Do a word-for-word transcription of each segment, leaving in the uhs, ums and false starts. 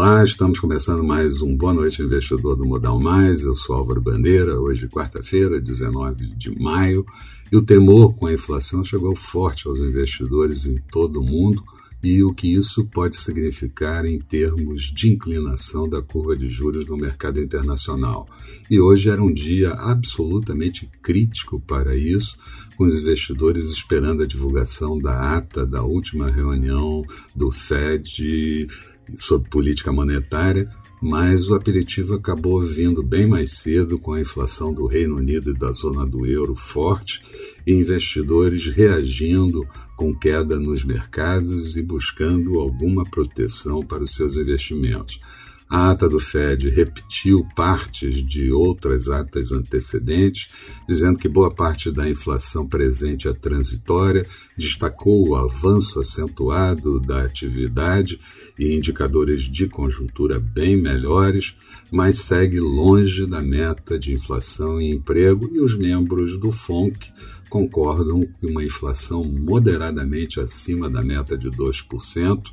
Olá, estamos começando mais um Boa Noite Investidor do Modal Mais. Eu sou Álvaro Bandeira, hoje quarta-feira, dezenove de maio, e o temor com a inflação chegou forte aos investidores em todo o mundo e o que isso pode significar em termos de inclinação da curva de juros no mercado internacional. E hoje era um dia absolutamente crítico para isso, com os investidores esperando a divulgação da ata da última reunião do Fed sobre política monetária, mas o aperitivo acabou vindo bem mais cedo com a inflação do Reino Unido e da zona do euro forte e investidores reagindo com queda nos mercados e buscando alguma proteção para os seus investimentos. A ata do Fed repetiu partes de outras atas antecedentes, dizendo que boa parte da inflação presente é transitória, destacou o avanço acentuado da atividade e indicadores de conjuntura bem melhores, mas segue longe da meta de inflação e emprego, e os membros do F O N C concordam que uma inflação moderadamente acima da meta de dois por cento,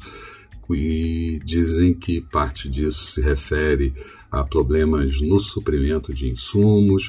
e dizem que parte disso se refere a problemas no suprimento de insumos,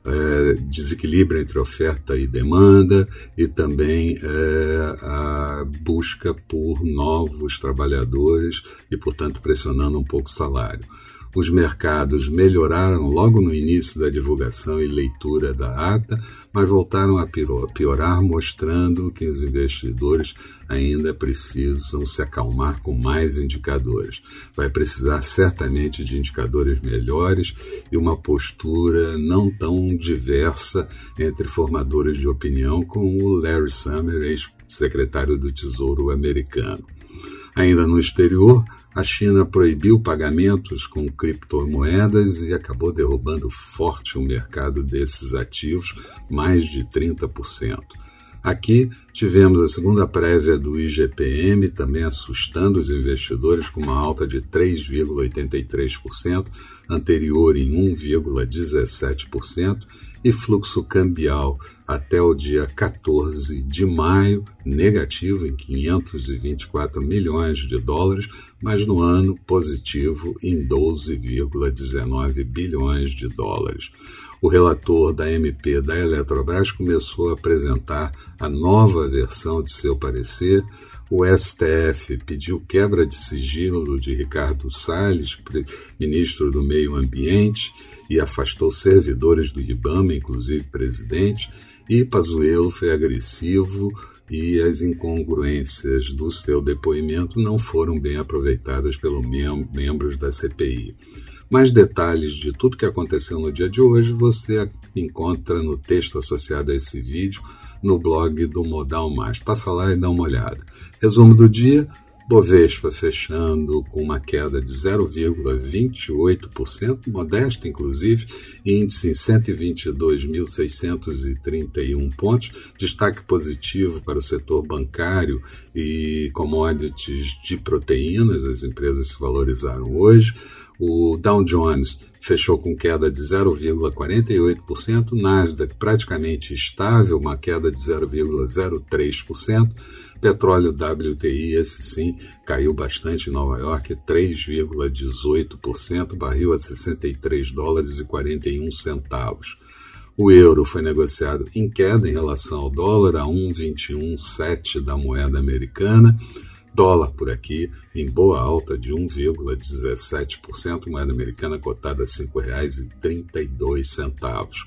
é, desequilíbrio entre oferta e demanda e também é, a busca por novos trabalhadores e, portanto, pressionando um pouco o salário. Os mercados melhoraram logo no início da divulgação e leitura da ata, mas voltaram a piorar, mostrando que os investidores ainda precisam se acalmar com mais indicadores. Vai precisar certamente de indicadores melhores e uma postura não tão diversa entre formadores de opinião como o Larry Summers, ex-secretário do Tesouro americano. Ainda no exterior, a China proibiu pagamentos com criptomoedas e acabou derrubando forte o mercado desses ativos, mais de trinta por cento. Aqui tivemos a segunda prévia do I G P M, também assustando os investidores com uma alta de três vírgula oitenta e três por cento, anterior em um vírgula dezessete por cento, e fluxo cambial até o dia quatorze de maio, negativo em quinhentos e vinte e quatro milhões de dólares, mas no ano positivo em doze vírgula dezenove bilhões de dólares. O relator da M P da Eletrobras começou a apresentar a nova versão de seu parecer. O S T F pediu quebra de sigilo de Ricardo Salles, ministro do Meio Ambiente, e afastou servidores do IBAMA, inclusive presidente, e Pazuello foi agressivo e as incongruências do seu depoimento não foram bem aproveitadas pelos mem- membros da C P I. Mais detalhes de tudo que aconteceu no dia de hoje você encontra no texto associado a esse vídeo no blog do Modal Mais. Passa lá e dá uma olhada. Resumo do dia: Bovespa fechando com uma queda de zero vírgula vinte e oito por cento, modesta inclusive, índice em cento e vinte e dois mil seiscentos e trinta e um pontos, destaque positivo para o setor bancário e commodities de proteínas, as empresas se valorizaram hoje. O Dow Jones fechou com queda de zero vírgula quarenta e oito por cento, Nasdaq praticamente estável, uma queda de zero vírgula zero três por cento, petróleo W T I, esse sim, caiu bastante em Nova York, três vírgula dezoito por cento, barril a sessenta e três dólares e quarenta e um centavos. O euro foi negociado em queda em relação ao dólar, a um vírgula vinte e um sete da moeda americana. Dólar por aqui em boa alta de um vírgula dezessete por cento, moeda americana cotada a cinco reais e trinta e dois centavos.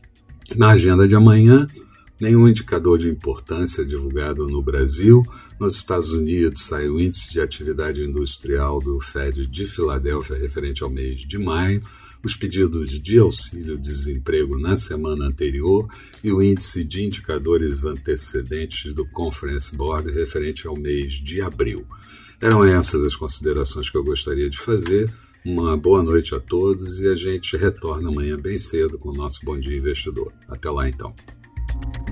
Na agenda de amanhã, nenhum indicador de importância divulgado no Brasil. Nos Estados Unidos sai o índice de atividade industrial do Fed de Filadélfia referente ao mês de maio, os pedidos de auxílio-desemprego na semana anterior e o índice de indicadores antecedentes do Conference Board referente ao mês de abril. Eram essas as considerações que eu gostaria de fazer. Uma boa noite a todos e a gente retorna amanhã bem cedo com o nosso Bom Dia Investidor. Até lá, então.